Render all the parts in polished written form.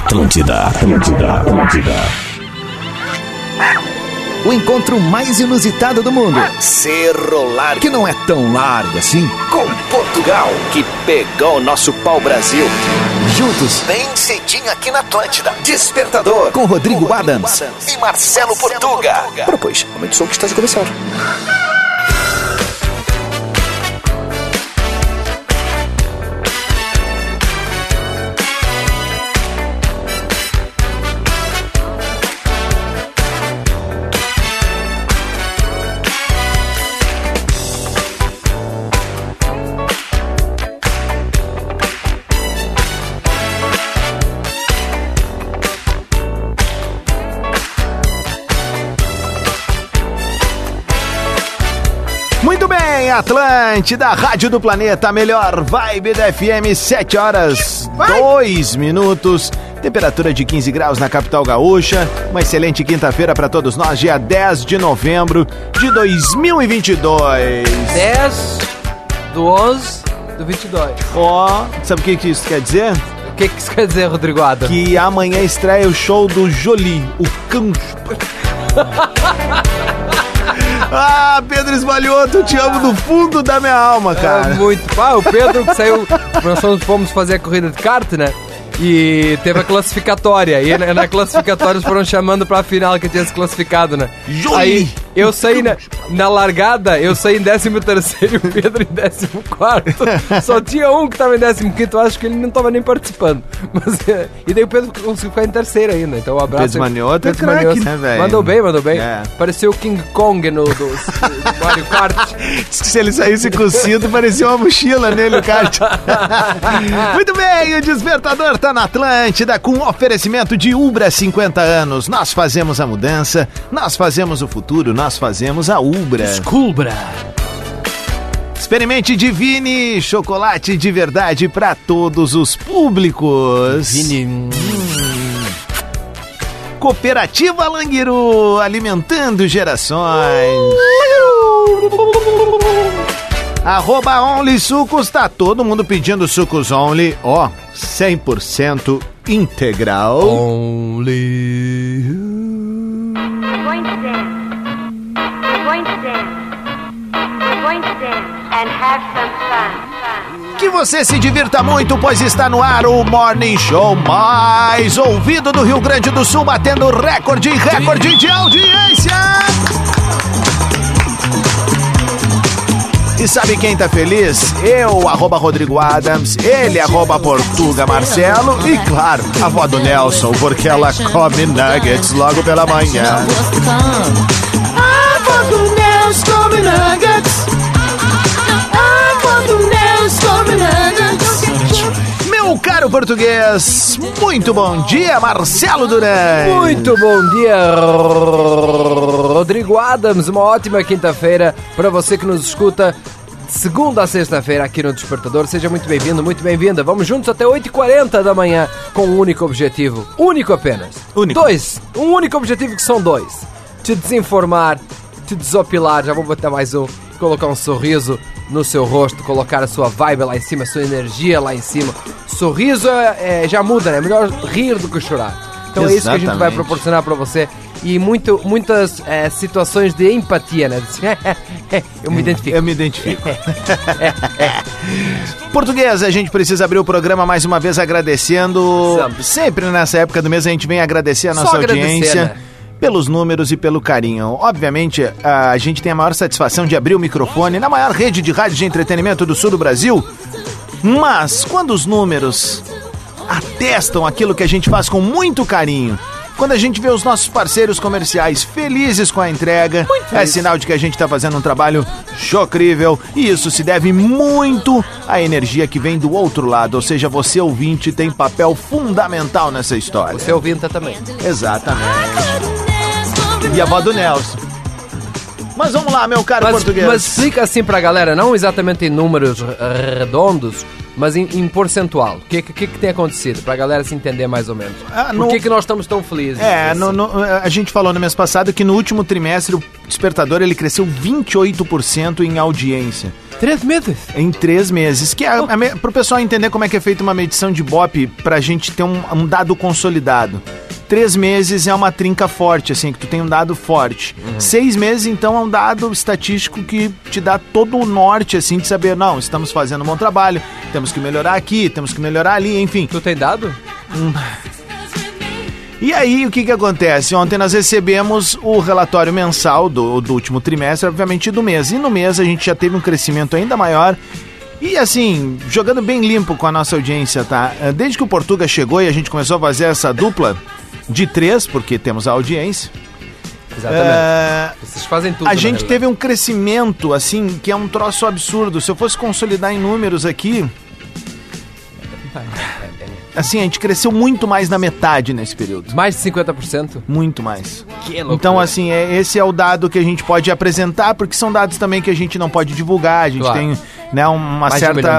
Atlântida. O encontro mais inusitado do mundo. Cerro Largo, que não é tão largo assim. Com Portugal, que pegou o nosso pau-brasil. Juntos, bem cedinho aqui na Atlântida. Despertador, com Rodrigo Adams e Marcelo Portuga. Propôs, aumente o som que está a começar. Atlântida, Rádio do Planeta, a melhor vibe da FM, 7 horas, 2 minutos, temperatura de 15 graus na capital gaúcha, uma excelente quinta-feira para todos nós, dia 10 de novembro de 2022. 10/11/22. Ó, sabe o que isso quer dizer? O que isso quer dizer, Rodrigo Adams? Que amanhã estreia o show do Jolie, o cão... Ah, Pedro Esmalhoto, te amo do fundo da minha alma, cara. Muito. O Pedro que saiu, nós fomos fazer a corrida de kart, né? E teve a classificatória. E na classificatória eles foram chamando pra final que tinha se classificado, né? Aí eu saí na largada, eu saí em 13º e o Pedro em 14º. Só tinha um que tava em 15º, eu acho que ele não tava nem participando. Mas, e daí o Pedro conseguiu ficar em terceiro ainda. Então um abraço. Pedro Manioto é craque, né, velho? Mandou bem. É. Pareceu o King Kong do Mario Kart. Se ele saísse cozido, parecia uma mochila nele o kart. Muito bem, o Despertador tá na Atlântida com oferecimento de Ubra 50 anos. Nós fazemos a mudança, nós fazemos o futuro, nós fazemos a Ubra. Descubra. Experimente Divine, chocolate de verdade para todos os públicos. Divine. Cooperativa Languiru, alimentando gerações. @Only Sucos, tá todo mundo pedindo sucos Only, 100% integral. Only you. Going to dance and have some fun. Que você se divirta muito, pois está no ar o Morning Show mais ouvido do Rio Grande do Sul, batendo recorde de audiência. E sabe quem tá feliz? Eu, @Rodrigo Adams, ele, @Portuga Marcelo e, claro, a avó do Nelson, porque ela come nuggets logo pela manhã. A avó do Nelson come nuggets. A avó do Nelson come nuggets. Meu caro português, muito bom dia, Marcelo Duran. Muito bom dia, Rodrigo Adams. Uma ótima quinta-feira para você que nos escuta segunda a sexta-feira aqui no Despertador. Seja muito bem-vindo, muito bem-vinda. Vamos juntos até 8h40 da manhã com um único objetivo. Único apenas. Único. Um único objetivo que são dois. Te desinformar, te desopilar. Já vou botar mais um. Colocar um sorriso no seu rosto, colocar a sua vibe lá em cima, a sua energia lá em cima. Sorriso já muda, né? É melhor rir do que chorar. Então é isso que a gente vai proporcionar pra você. E muitas situações de empatia, né? Eu me identifico. Português, a gente precisa abrir o programa mais uma vez agradecendo. Sempre nessa época do mês a gente vem agradecer a nossa audiência, né? Pelos números e pelo carinho. Obviamente, a gente tem a maior satisfação de abrir o microfone na maior rede de rádio de entretenimento do sul do Brasil. Mas, quando os números atestam aquilo que a gente faz com muito carinho, quando a gente vê os nossos parceiros comerciais felizes com a entrega, é sinal de que a gente está fazendo um trabalho chocrível, e isso se deve muito à energia que vem do outro lado, ou seja, você ouvinte tem papel fundamental nessa história. Você ouvinte também. Exatamente. E a avó do Nelson. Mas vamos lá, meu caro português. Mas explica assim pra galera, não exatamente em números redondos, Mas em percentual, o que tem acontecido? Pra galera se entender mais ou menos. Por que nós estamos tão felizes? A gente falou no mês passado que no último trimestre o Despertador ele cresceu 28% em audiência. 3 meses? Em 3 meses. Que pro pessoal entender como é que é feita uma medição de Ibope, pra gente ter um dado consolidado. 3 meses é uma trinca forte, assim, que tu tem um dado forte. 6 meses, então, é um dado estatístico que te dá todo o norte, assim, de saber, não, estamos fazendo um bom trabalho, temos que melhorar aqui, temos que melhorar ali, enfim. Tu tem dado? E aí, o que acontece? Ontem nós recebemos o relatório mensal do último trimestre, obviamente do mês. E no mês a gente já teve um crescimento ainda maior. E assim, jogando bem limpo com a nossa audiência, tá? Desde que o Portuga chegou e a gente começou a fazer essa dupla de 3, porque temos a audiência. Exatamente. Vocês fazem tudo. A gente teve um crescimento, assim, que é um troço absurdo. Se eu fosse consolidar em números aqui... Assim, a gente cresceu muito mais na metade nesse período. Mais de 50%? Muito mais. Que loucura. Então, assim, esse é o dado que a gente pode apresentar, porque são dados também que a gente não pode divulgar. A gente tem, né, uma mais certa...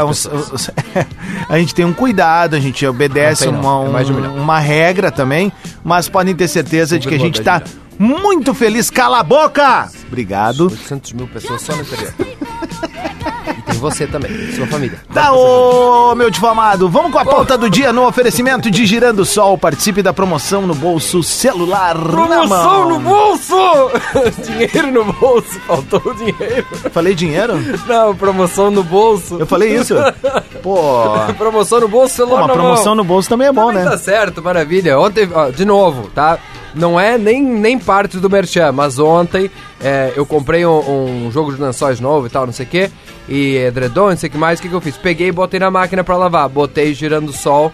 a gente tem um cuidado, a gente obedece uma regra também, mas podem ter certeza de que a gente tá muito feliz. Cala a boca! Obrigado. 800 mil pessoas só no interior. E tem você também, sua família. Tá, ô meu difamado, vamos com a pauta do dia no oferecimento de Girando Sol. Participe da promoção no bolso celular. Promoção no bolso! Dinheiro no bolso, faltou o dinheiro. Falei dinheiro? Não, promoção no bolso. Eu falei isso? Pô. Promoção no bolso, celular na mão. Uma promoção no bolso também é bom, né? Tá certo, maravilha. Ontem, de novo, tá? Não é nem parte do merchan, mas ontem eu comprei um jogo de lençóis novo e tal, não sei o que, e edredom, não sei o que mais. O que eu fiz? Peguei e botei na máquina pra lavar, botei Girando Sol.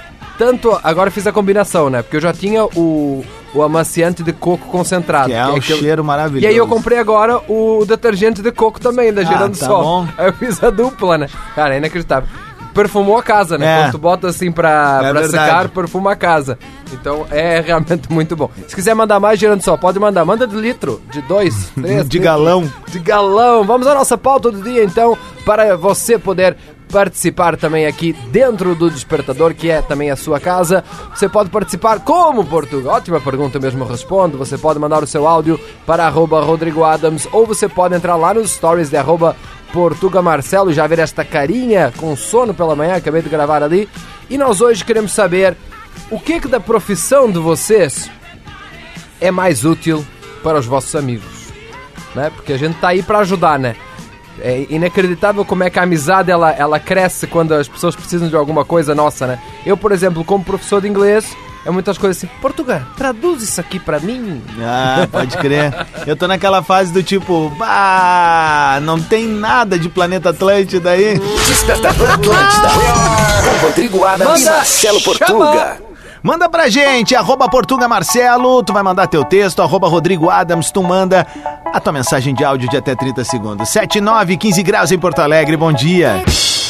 Agora fiz a combinação, né? Porque eu já tinha o amaciante de coco concentrado. Que é um cheiro maravilhoso. E aí eu comprei agora o detergente de coco também, da Girando Sol. Bom. Aí eu fiz a dupla, né? Cara, é inacreditável. Perfumou a casa, né? Quando tu bota assim pra secar, perfuma a casa. Então é realmente muito bom. Se quiser mandar mais Girando Sol, pode mandar. Manda de litro, de 2, 3. De galão. De galão. Vamos à nossa pauta do dia, então, para você poder participar também aqui dentro do Despertador, que é também a sua casa. Você pode participar como, Portugal? Ótima pergunta, eu mesmo respondo. Você pode mandar o seu áudio para @RodrigoAdams, ou você pode entrar lá nos stories de Portuga Marcelo, já ver esta carinha com sono pela manhã, acabei de gravar ali. E nós hoje queremos saber o que da profissão de vocês é mais útil para os vossos amigos, né? Porque a gente tá aí para ajudar, né? É inacreditável como é que a amizade ela cresce quando as pessoas precisam de alguma coisa nossa, né? Eu, por exemplo, como professor de inglês, é muitas coisas assim, Portuga, traduz isso aqui pra mim. Ah, pode crer. Eu tô naquela fase do tipo, não tem nada de Planeta Atlântida aí. Despertador Atlântida. Com Rodrigo Adams e Marcelo Portuga. Manda pra gente, @Portuga Marcelo, tu vai mandar teu texto, @Rodrigo Adams, tu manda a tua mensagem de áudio de até 30 segundos. 7:09, 15 graus em Porto Alegre, bom dia.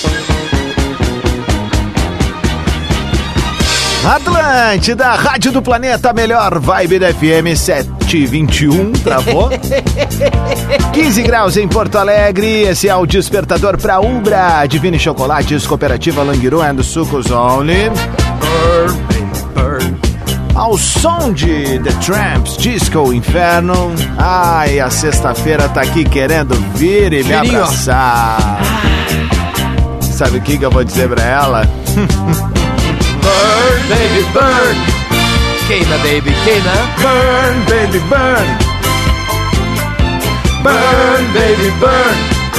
Atlântida, Rádio do Planeta, melhor vibe da FM, 7:21, travou? 15 graus em Porto Alegre, esse é o Despertador pra Ubra, Divine Chocolates, Cooperativa Languiru and Sucos Only. Ao som de The Tramps, Disco Inferno. Ai, a sexta-feira tá aqui querendo vir e me abraçar. Sabe o que eu vou dizer pra ela? Burn, baby, burn. Queima, baby, queima. Burn, baby, burn. Burn, baby, burn.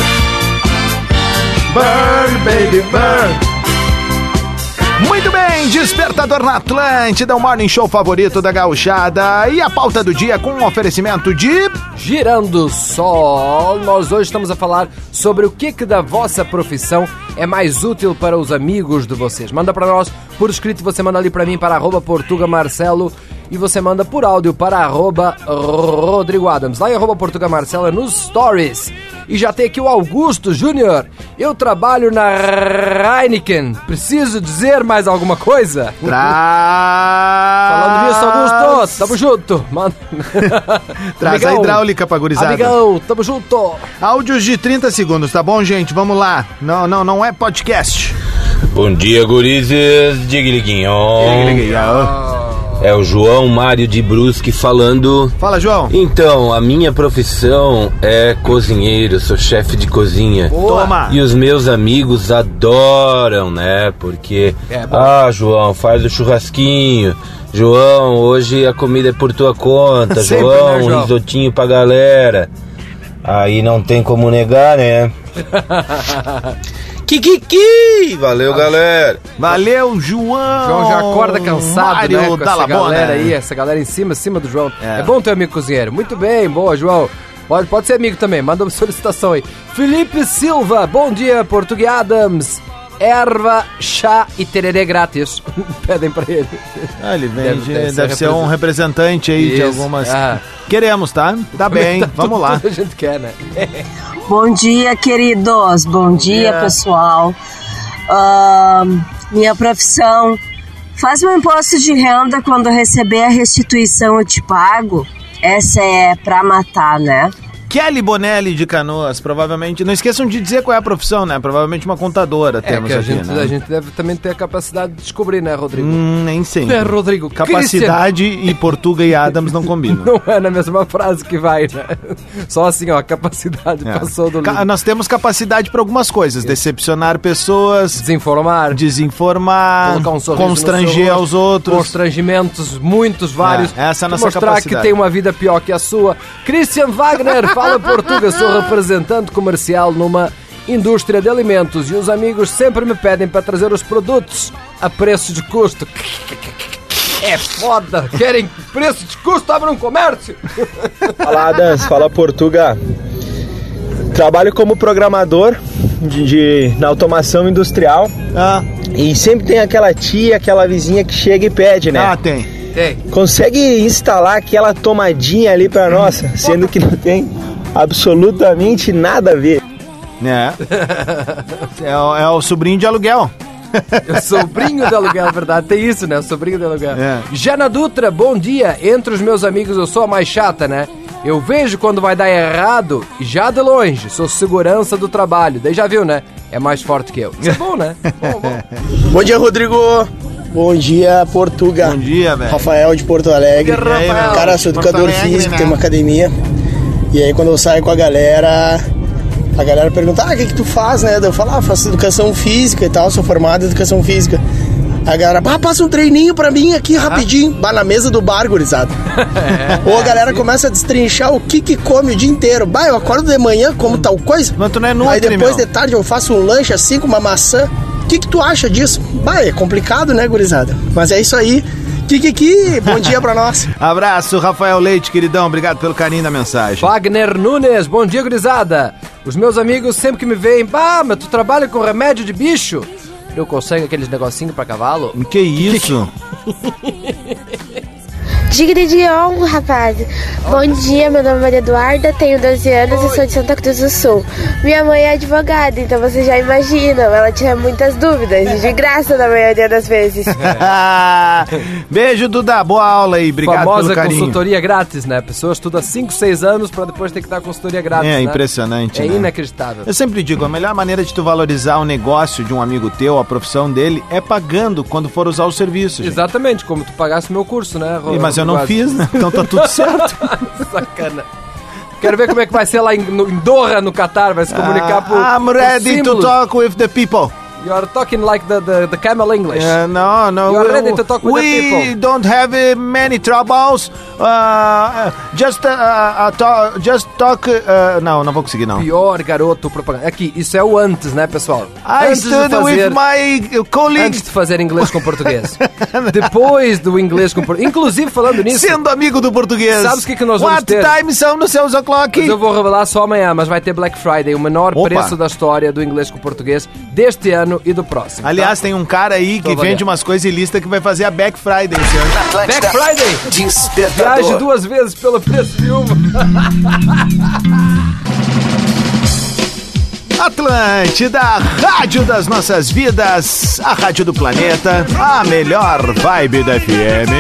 Burn, baby, burn. Muito bem, Despertador na Atlântida, o morning show favorito da gauchada. E a pauta do dia com um oferecimento de... Girando Sol. Nós hoje estamos a falar sobre o que da vossa profissão é mais útil para os amigos de vocês. Manda para nós por escrito, você manda ali para mim para @Portuga Marcelo, e você manda por áudio para @Rodrigo Adams. Lá em @Portuga Marcelo nos stories. E já tem aqui o Augusto Júnior. Eu trabalho na Heineken. Preciso dizer mais alguma coisa? Falando nisso, Augusto, tamo junto. Mano. Traz amigão, a hidráulica pra gurizada. Amigão, tamo junto. Áudios de 30 segundos, tá bom, gente? Vamos lá. Não é podcast. Bom dia, gurizes. Digliguinho. É o João Mário de Brusque falando. Fala, João. Então, a minha profissão é cozinheiro, sou chefe de cozinha. Toma. E os meus amigos adoram, né? Porque, João, faz o churrasquinho. João, hoje a comida é por tua conta. Sempre, João, né, João? risotinho pra galera. Aí não tem como negar, né? Kikiki! Valeu, galera! Valeu, João! João já acorda cansado, Mário né? Com da essa Labona. galera aí, essa galera em cima do João. É bom ter um amigo cozinheiro. Muito bem, boa, João. Pode ser amigo também, manda uma solicitação aí. Felipe Silva, bom dia, Português Adams. Erva, chá e tererê grátis. Pedem pra ele. Ele vende, deve ser um representante aí de algumas... Queremos, tá? Tá bem, vamos lá. Tudo a gente quer, né? Bom dia, queridos. Bom dia, pessoal. Minha profissão. Faz meu imposto de renda, quando eu receber a restituição eu te pago. Essa é pra matar, né? Kelly Bonelli de Canoas, provavelmente... Não esqueçam de dizer qual é a profissão, né? Provavelmente uma contadora temos que a aqui, gente, né? A gente deve também ter a capacidade de descobrir, né, Rodrigo? Nem sempre. É, Rodrigo. Capacidade e Portuga e Adams não combinam. Não é na mesma frase que vai, né? Só assim, ó, a capacidade passou do livro. Nós temos capacidade para algumas coisas. Decepcionar pessoas. Desinformar. Colocar um sorriso constranger aos outros. Constrangimentos, muitos, vários. Essa é a nossa mostrar capacidade. que tem uma vida pior que a sua. Christian Wagner, fala português, sou representante comercial numa indústria de alimentos e os amigos sempre me pedem para trazer os produtos a preço de custo. É foda! Querem preço de custo? Abra um comércio! Fala, Adams, fala Portuga. Trabalho como programador na automação industrial. E sempre tem aquela tia, aquela vizinha que chega e pede, né? Tem. Consegue instalar aquela tomadinha ali pra nós, sendo que não tem absolutamente nada a ver. É o sobrinho de aluguel. O sobrinho de aluguel, é verdade. Tem isso, né? O sobrinho de aluguel. Jana Dutra, bom dia. Entre os meus amigos eu sou a mais chata, né? Eu vejo quando vai dar errado e já de longe. Sou segurança do trabalho. Daí já viu, né? É mais forte que eu. Isso é bom, né? Bom. Bom dia, Rodrigo. Bom dia, Portuga. Bom dia, velho. Rafael de Porto Alegre. Rafael. Cara, sou educador físico, né? tenho uma academia. E aí quando eu saio com a galera pergunta, o que tu faz, né? Eu falo, faço educação física e tal, sou formado em educação física. A galera, passa um treininho pra mim aqui rapidinho. Na mesa do bar, gurizada. Ou a galera começa a destrinchar o que come o dia inteiro. Eu acordo de manhã, como tal coisa. Mas tu não é nutri, aí depois de tarde eu faço um lanche assim com uma maçã. O que tu acha disso? É complicado, né, gurizada? Mas é isso aí. Kikiki, bom dia pra nós. Abraço, Rafael Leite, queridão. Obrigado pelo carinho da mensagem. Wagner Nunes, bom dia, gurizada. Os meus amigos sempre que me veem, mas tu trabalha com remédio de bicho? Eu consigo aqueles negocinhos pra cavalo? Que isso? Digridion, rapaz. Bom dia, meu nome é Maria Eduarda, tenho 12 anos e sou de Santa Cruz do Sul. Minha mãe é advogada, então você já imagina, ela tinha muitas dúvidas, de graça na maioria das vezes. Beijo, Duda, boa aula aí, obrigado famosa pelo carinho. Consultoria grátis, né? A pessoa estuda 5, 6 anos pra depois ter que dar consultoria grátis, né? Impressionante, É né? inacreditável. Eu sempre digo, a melhor maneira de tu valorizar o negócio de um amigo teu, a profissão dele, é pagando quando for usar o serviço. Gente. Exatamente, como tu pagasse o meu curso, né? Mas eu não fiz, né? Então tá tudo certo. Sacana. Quero ver como é que vai ser lá em Doha, no Catar, vai se comunicar por I'm ready to talk with the people. You are talking like the camel English. No. You are ready to talk with the people. We don't have many troubles. Just talk. Não vou conseguir, não. Pior garoto propaganda. Aqui, isso é o antes, né, pessoal? I study with my colleagues. Antes de fazer inglês com português. Depois do inglês com português. Inclusive, falando nisso... Sendo amigo do português. Sabes o que nós vamos ter? What time são nos seus o'clock? Mas eu vou revelar só amanhã, mas vai ter Black Friday, o menor preço da história do inglês com português deste ano e do próximo. Aliás, tem um cara aí que vende umas coisas ilícitas que vai fazer a Black Friday esse ano. Black Friday! Despertador. Viaje 2 vezes pelo preço de uma. Atlântida, rádio das nossas vidas, a rádio do planeta, a melhor vibe da FM.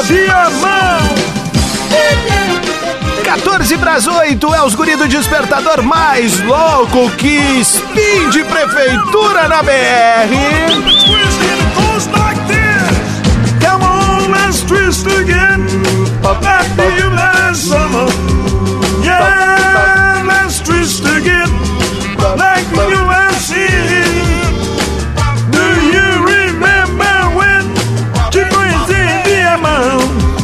e a mão. 7:50 é os guri do despertador mais louco que spin de prefeitura na BR. Come on, let's twist again. Back to you last summer. Yeah, let's twist again. Like you have seen. Do you remember when te conheci em mão?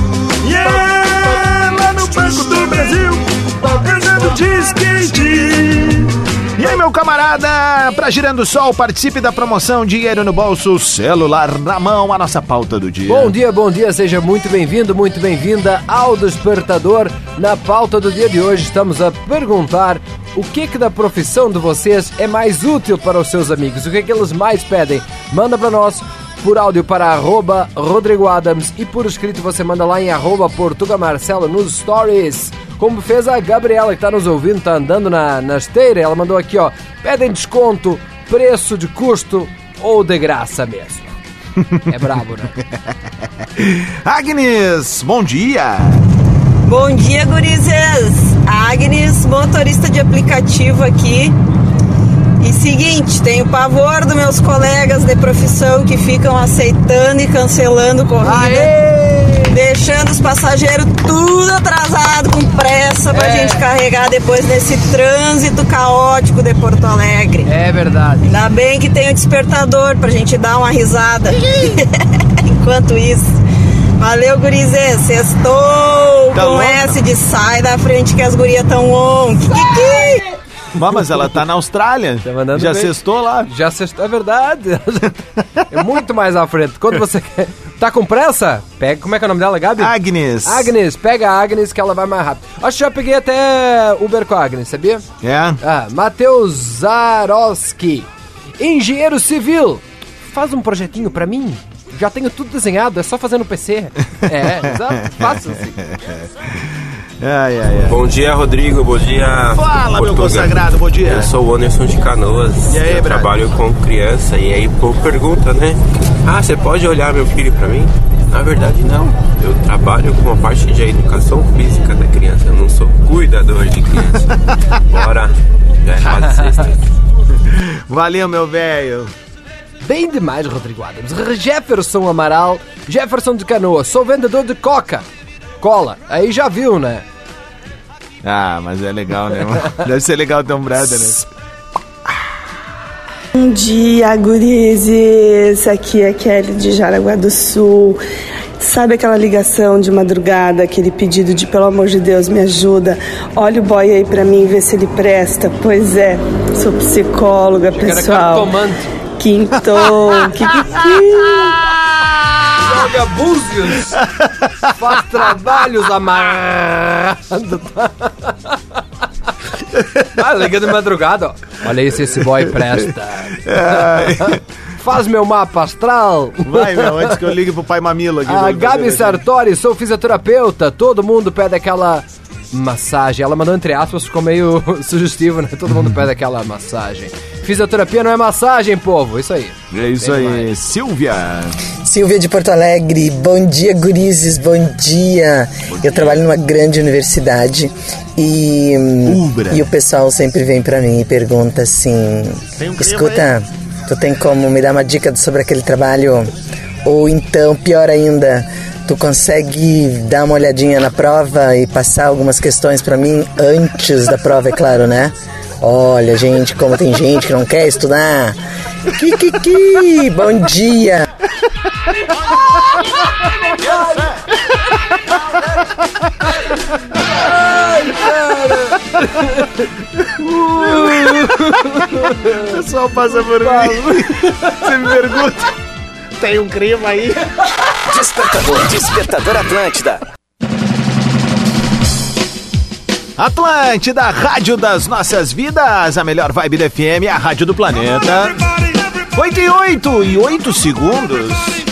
Yeah, lá no Banco do Brasil, andando de skate. E aí, meu camarada, pra Girando o Sol, participe da promoção Dinheiro no Bolso, celular na mão, a nossa pauta do dia. Bom dia, seja muito bem-vindo, muito bem-vinda ao Despertador. Na pauta do dia de hoje estamos a perguntar o que da profissão de vocês é mais útil para os seus amigos, o que eles mais pedem. Manda pra nós por áudio para @RodrigoAdams e por escrito você manda lá em @PortugaMarcelo nos stories. Como fez a Gabriela que tá nos ouvindo, tá andando na esteira, ela mandou aqui, ó, pedem desconto, preço de custo ou de graça mesmo. É brabo, né? Agnes, bom dia! Bom dia, gurizes! Agnes, motorista de aplicativo aqui. E seguinte, tenho pavor dos meus colegas de profissão que ficam aceitando e cancelando corrida, deixando os passageiros tudo atrasado, com pressa pra gente carregar depois nesse trânsito caótico de Porto Alegre. É verdade. Ainda bem que tem o despertador pra gente dar uma risada. Enquanto isso, valeu, gurizê, sextou tá com louca. S de sai da frente que as gurias tão on. Mas ela tá na Austrália. Tá já sextou lá. Já sextou, é verdade. É muito mais à frente. Quando você quer... Tá com pressa? Pega, como é que é o nome dela, Gabi? Agnes. Agnes, pega a Agnes que ela vai mais rápido. Acho que já peguei até Uber com a Agnes, sabia? É. Matheus Zaroski, engenheiro civil. Faz um projetinho pra mim. Já tenho tudo desenhado, é só fazer no PC. Exato, fácil assim. Bom dia, Rodrigo, bom dia. Fala, meu consagrado, bom dia. Eu sou o Anderson de Canoas. E aí, eu trabalho com criança. E aí, por pergunta, né? Você pode olhar meu filho pra mim? Na verdade, não. Eu trabalho com a parte de educação física da criança. Eu não sou cuidador de criança. Bora. Já é quase sexta. Valeu, meu velho. Bem demais, Rodrigo Adams. Jefferson Amaral, Jefferson de Canoas. Sou vendedor de cola. Aí já viu, né? Mas é legal, né? Deve ser legal ter um brother, né? Bom dia, gurizes. Aqui é Kelly de Jaraguá do Sul. Sabe aquela ligação de madrugada, aquele pedido de, pelo amor de Deus, me ajuda? Olha o boy aí pra mim, vê se ele presta. Pois é, sou psicóloga, pessoal. Quintou, joga búzios, faz trabalhos amarrados. Liga de madrugada, ó. Olha aí se esse boy presta. Faz meu mapa astral. Vai, meu, antes que eu ligue pro pai mamilo aqui. A Gabi Sartori, sou fisioterapeuta. Todo mundo pede aquela massagem. Ela mandou entre aspas, ficou meio sugestivo, né? Todo mundo pede aquela massagem. Fisioterapia não é massagem, povo. Isso aí. É isso aí. Demais. Silvia de Porto Alegre. Bom dia, gurizes. Bom dia. Eu trabalho numa grande universidade e o pessoal sempre vem pra mim e pergunta assim: escuta, tu tem como me dar uma dica sobre aquele trabalho? Ou então, pior ainda, tu consegue dar uma olhadinha na prova e passar algumas questões pra mim antes da prova, é claro, né? Olha, gente, como tem gente que não quer estudar. Bom dia. Ai, cara. O pessoal passa por mim. Você me pergunta. Tem um crime aí? Despertador Atlântida. Atlântida, rádio das nossas vidas, a melhor vibe da FM, a rádio do planeta. 8 e 8 segundos.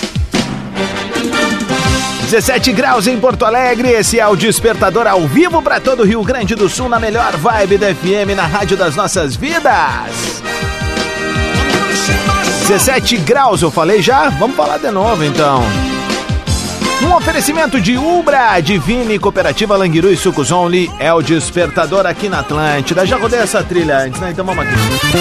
17 graus em Porto Alegre, esse é o Despertador ao vivo para todo o Rio Grande do Sul, na melhor vibe da FM, na rádio das nossas vidas. 17 graus, eu falei já? Vamos falar de novo, então. Um Um oferecimento de Ubra, Divine, Cooperativa Languiru e Sucos Only é o Despertador aqui na Atlântida. Já rodei essa trilha antes, né? Então vamos aqui.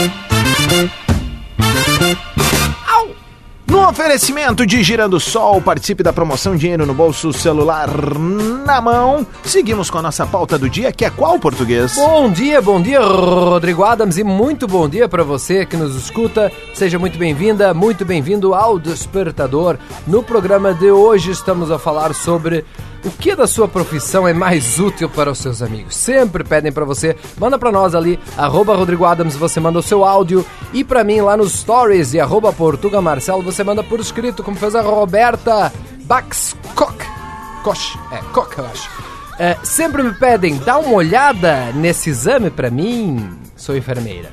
No oferecimento de Girando Sol, participe da promoção Dinheiro no Bolso, Celular na Mão. Seguimos com a nossa pauta do dia, que é qual, português? Bom dia, Rodrigo Adams, e muito bom dia para você que nos escuta. Seja muito bem-vinda, muito bem-vindo ao Despertador. No programa de hoje estamos a falar sobre o que da sua profissão é mais útil para os seus amigos. Sempre pedem para você, manda para nós ali, @Rodrigo Adams, você manda o seu áudio, e para mim lá nos stories e @PortugaMarcelo, você manda por escrito, como fez a Roberta Baxcock. Koch, eu acho. Sempre me pedem, dá uma olhada nesse exame para mim, sou enfermeira.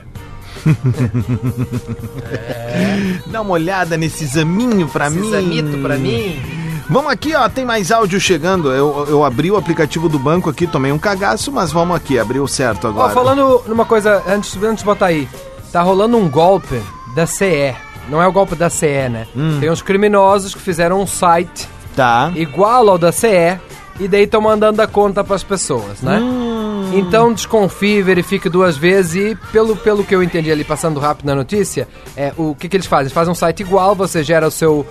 Dá uma olhada nesse examinho pra mim. Examito pra mim. Vamos aqui, ó, tem mais áudio chegando. Eu abri o aplicativo do banco aqui, tomei um cagaço, mas vamos aqui, abriu certo agora. Ó, falando numa coisa, antes de botar aí, tá rolando um golpe da CE. Não é o golpe da CE, né? Tem uns criminosos que fizeram um site igual ao da CE e daí estão mandando a conta pras pessoas, né? Então desconfie, verifique 2 vezes e pelo que eu entendi ali, passando rápido na notícia, o que eles fazem? Eles fazem um site igual, você gera o seu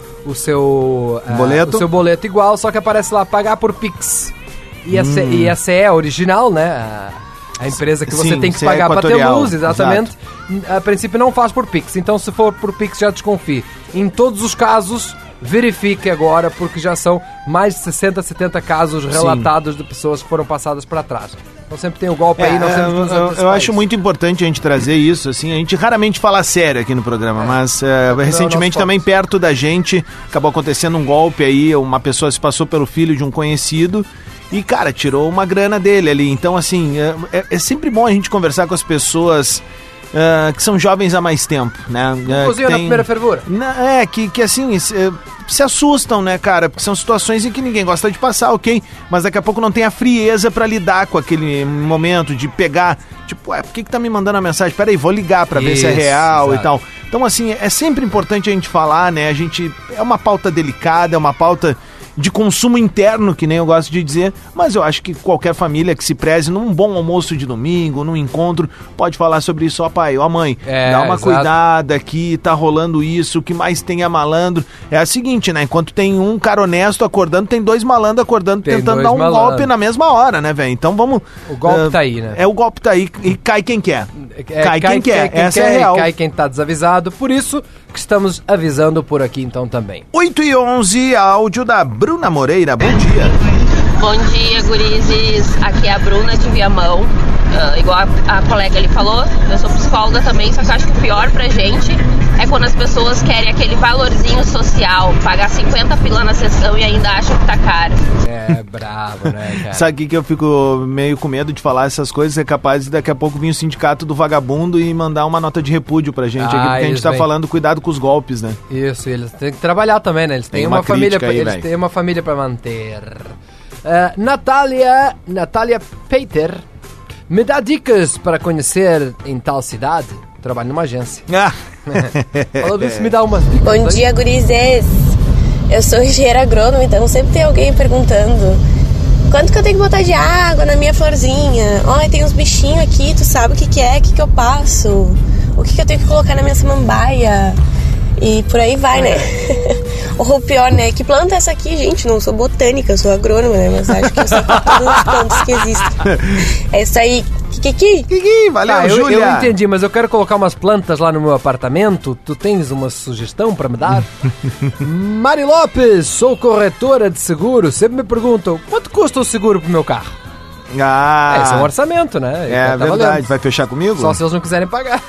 boleto igual, só que aparece lá, pagar por Pix. E a CE original, né? A empresa que você tem que pagar para ter luz, exatamente. Exato. A princípio não faz por Pix, então se for por Pix já desconfie. Em todos os casos, verifique agora, porque já são mais de 60, 70 casos relatados de pessoas que foram passadas para trás. Então sempre tem o golpe aí. Eu acho muito importante a gente trazer isso, assim, a gente raramente fala sério aqui no programa, mas recentemente também perto da gente acabou acontecendo um golpe aí, uma pessoa se passou pelo filho de um conhecido e, cara, tirou uma grana dele ali. Então, assim, é sempre bom a gente conversar com as pessoas que são jovens há mais tempo, né? Cozinha na primeira fervura. Que assim, se assustam, né, cara? Porque são situações em que ninguém gosta de passar, ok? Mas daqui a pouco não tem a frieza pra lidar com aquele momento de pegar, tipo, por que tá me mandando a mensagem? Peraí, vou ligar pra ver se é real e tal. Então, assim, é sempre importante a gente falar, né? É uma pauta delicada, é uma pauta de consumo interno, que nem eu gosto de dizer, mas eu acho que qualquer família que se preze num bom almoço de domingo, num encontro, pode falar sobre isso, ó pai, ó mãe, dá uma cuidada aqui, tá rolando isso, o que mais tem é malandro. É a seguinte, né, enquanto tem um cara honesto acordando, tem 2 malandros acordando, tentando dar um golpe na mesma hora, né, velho? Então vamos... O golpe tá aí, né? O golpe tá aí e cai quem quer. Cai quem quer, essa é real. Cai quem tá desavisado, por isso que estamos avisando por aqui então também. 8h11, áudio da Bruna Moreira, bom dia. Bom dia, gurizes. Aqui é a Bruna de Viamão. Igual a colega ali falou, eu sou psicóloga também, só que eu acho que o pior pra gente é quando as pessoas querem aquele valorzinho social, pagar 50 pila na sessão e ainda acham que tá caro. É bravo, né, cara? Sabe o que eu fico meio com medo de falar essas coisas? É capaz de daqui a pouco vir o sindicato do vagabundo e mandar uma nota de repúdio pra gente aqui, porque a gente tá falando cuidado com os golpes, né? Isso, eles têm que trabalhar também, né? Eles têm uma família aí, eles têm uma família pra manter. Natália Peter me dá dicas para conhecer em tal cidade. Trabalho numa agência. Falando isso, me dá umas dicas. Bom dia, gurizes. Eu sou engenheira agrônoma, então sempre tem alguém perguntando: quanto que eu tenho que botar de água na minha florzinha? Olha, tem uns bichinhos aqui, tu sabe o que é? O que eu passo? O que eu tenho que colocar na minha samambaia? E por aí vai, né? Ou pior, né? Que planta é essa aqui, gente? Não sou botânica, sou agrônoma, né? Mas acho que eu sei todas as plantas que existem. É isso aí. Kiki, valeu, Júlia. Eu entendi, mas eu quero colocar umas plantas lá no meu apartamento. Tu tens uma sugestão pra me dar? Mari Lopes, sou corretora de seguro. Sempre me perguntam, quanto custa o seguro pro meu carro? Esse é um orçamento, né? É verdade. Valendo. Vai fechar comigo? Só se eles não quiserem pagar.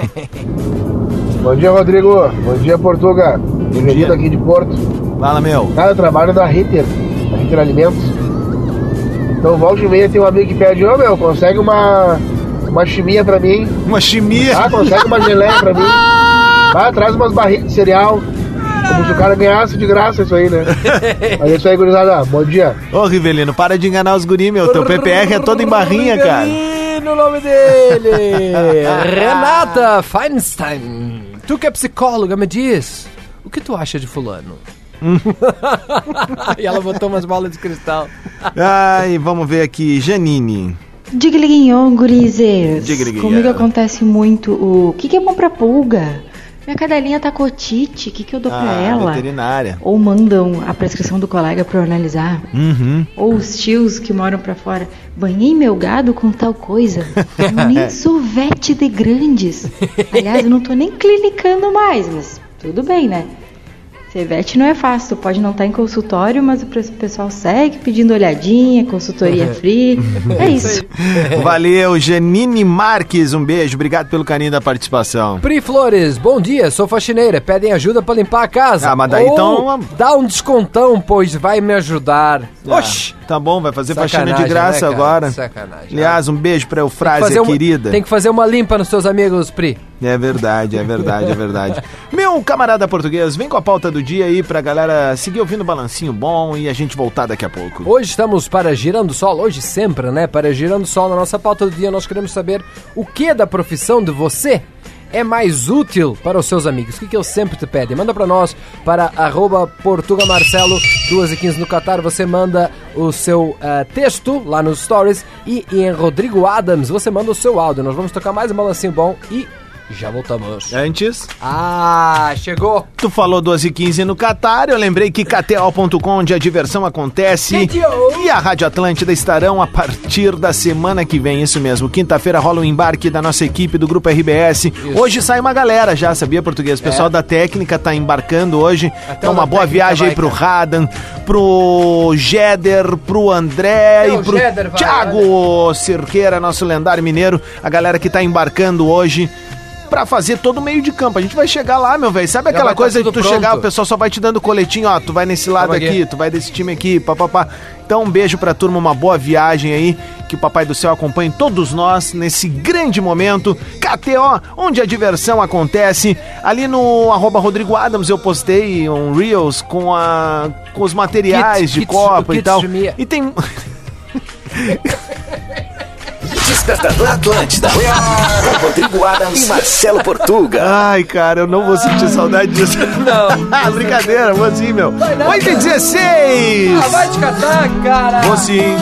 Bom dia, Rodrigo. Bom dia, Portuga. Bem-vindo aqui de Porto. Fala, meu. Cara, eu trabalho na Ritter Alimentos. Então, volta e meia tem um amigo que pede: ô, meu, consegue uma chiminha pra mim? Uma chiminha? Consegue uma geleia pra mim? Traz umas barrinhas de cereal. Como se o cara ganhasse de graça isso aí, né? Mas é isso aí, gurizada. Bom dia. Ô, Rivelino, para de enganar os guri, meu. Teu PPR é todo em barrinha, cara. No nome dele, Renata Feinstein. Tu que é psicóloga, me diz, o que tu acha de fulano? E ela botou umas bolas de cristal. Ai, vamos ver aqui, Janine. Digliguinho, gurizes. Digliguinho. Comigo acontece muito o que é bom pra pulga? Minha cadelinha tá com otite, o que eu dou pra ela? Veterinária. Ou mandam a prescrição do colega pra eu analisar. Ou os tios que moram pra fora. Banhei meu gado com tal coisa. Eu nem sou vete de grandes. Aliás, eu não tô nem clinicando mais, mas tudo bem, né? Ser vete não é fácil, tu pode não estar em consultório, mas o pessoal segue pedindo olhadinha, consultoria free, é isso. Valeu, Janine Marques, um beijo, obrigado pelo carinho da participação. Pri Flores, bom dia, sou faxineira, pedem ajuda pra limpar a casa. Mas daí então... Dá um descontão, pois vai me ajudar. Oxi! Tá bom, vai fazer Sacanagem, faxina de graça, né, agora. Sacanagem. Aliás, um beijo pra Eufrásia, querida. Tem que fazer uma limpa nos seus amigos, Pri. É verdade. Meu camarada português, vem com a pauta do dia aí pra galera seguir ouvindo o Balancinho Bom e a gente voltar daqui a pouco. Hoje estamos para Girando Sol, hoje sempre, né? Para Girando Sol, na nossa pauta do dia, nós queremos saber o que da profissão de você é mais útil para os seus amigos. O que eu sempre te peço? Manda para nós, para @PortugaMarcelo, 2h15 no Qatar. Você manda o seu texto lá nos stories e em Rodrigo Adams você manda o seu áudio. Nós vamos tocar mais um Balancinho Bom e já voltamos. Antes... chegou. Tu falou 2h15 no Qatar, eu lembrei que KTO.com, onde a diversão acontece, e a Rádio Atlântida estarão a partir da semana que vem, isso mesmo. Quinta-feira rola o embarque da nossa equipe do Grupo RBS. Isso. Hoje sai uma galera já, sabia, português? O pessoal da técnica tá embarcando hoje. Então uma boa viagem aí pro Radan, pro Jeder, pro André e pro Thiago Cerqueira, nosso lendário mineiro. A galera que tá embarcando hoje pra fazer todo o meio de campo. A gente vai chegar lá, meu velho. Sabe aquela coisa de tu chegar, o pessoal só vai te dando coletinho, ó, tu vai nesse lado aqui, tu vai desse time aqui, papapá. Então um beijo pra turma, uma boa viagem aí, que o Papai do Céu acompanhe todos nós nesse grande momento. KTO, onde a diversão acontece. Ali no @Rodrigo Adams eu postei um Reels com os materiais de Copa e tal. E tem... Despertador Atlântida, com Rodrigo Adams e Marcelo Portuga. Ai, cara, eu não vou sentir saudade disso. Não. Brincadeira, vou sim, meu. 8h16. Vai te catar, cara. Vou sim.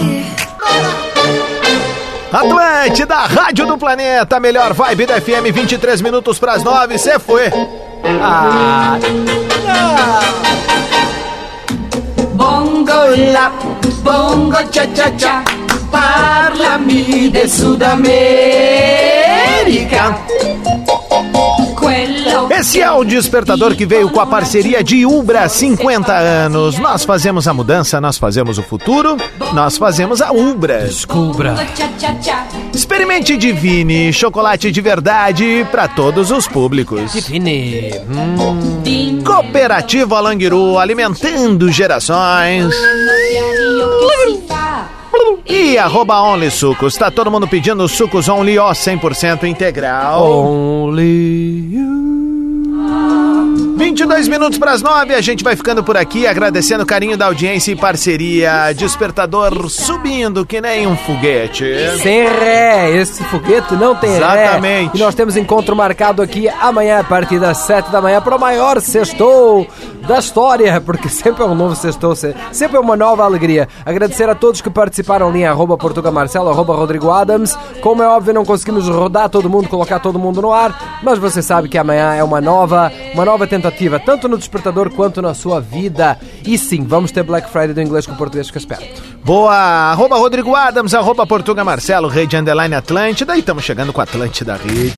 Atlântida, Rádio do Planeta, melhor vibe da FM, 23 minutos pras 9, cê foi. Bongo la, bongo cha cha cha, parlami de Sudamérica. Esse é o despertador que veio com a parceria de Ubra, 50 anos. Nós fazemos a mudança, nós fazemos o futuro, nós fazemos a Ubra. Descubra. Experimente Divine, chocolate de verdade para todos os públicos. Divine. Cooperativa Alanguiru, alimentando gerações. E @OnlySucos, tá todo mundo pedindo sucos Only O 100% integral. Only you. 22 minutos pras 9, a gente vai ficando por aqui, agradecendo o carinho da audiência e parceria. Despertador subindo que nem um foguete. Sem ré, esse foguete não tem ré. Exatamente. E nós temos encontro marcado aqui amanhã a partir das 7 da manhã para o maior sextou da história, porque sempre é um novo sextou, sempre é uma nova alegria. Agradecer a todos que participaram ali em @PortugaMarcelo, @Rodrigo Adams. Como é óbvio, não conseguimos rodar todo mundo, colocar todo mundo no ar, mas você sabe que amanhã é uma nova tentativa, tanto no despertador quanto na sua vida. E sim, vamos ter Black Friday do inglês com o português, fica esperto. Boa, @Rodrigo Adams, @PortugaMarcelo, Rede _ Atlântida, e estamos chegando com a Atlântida Rede.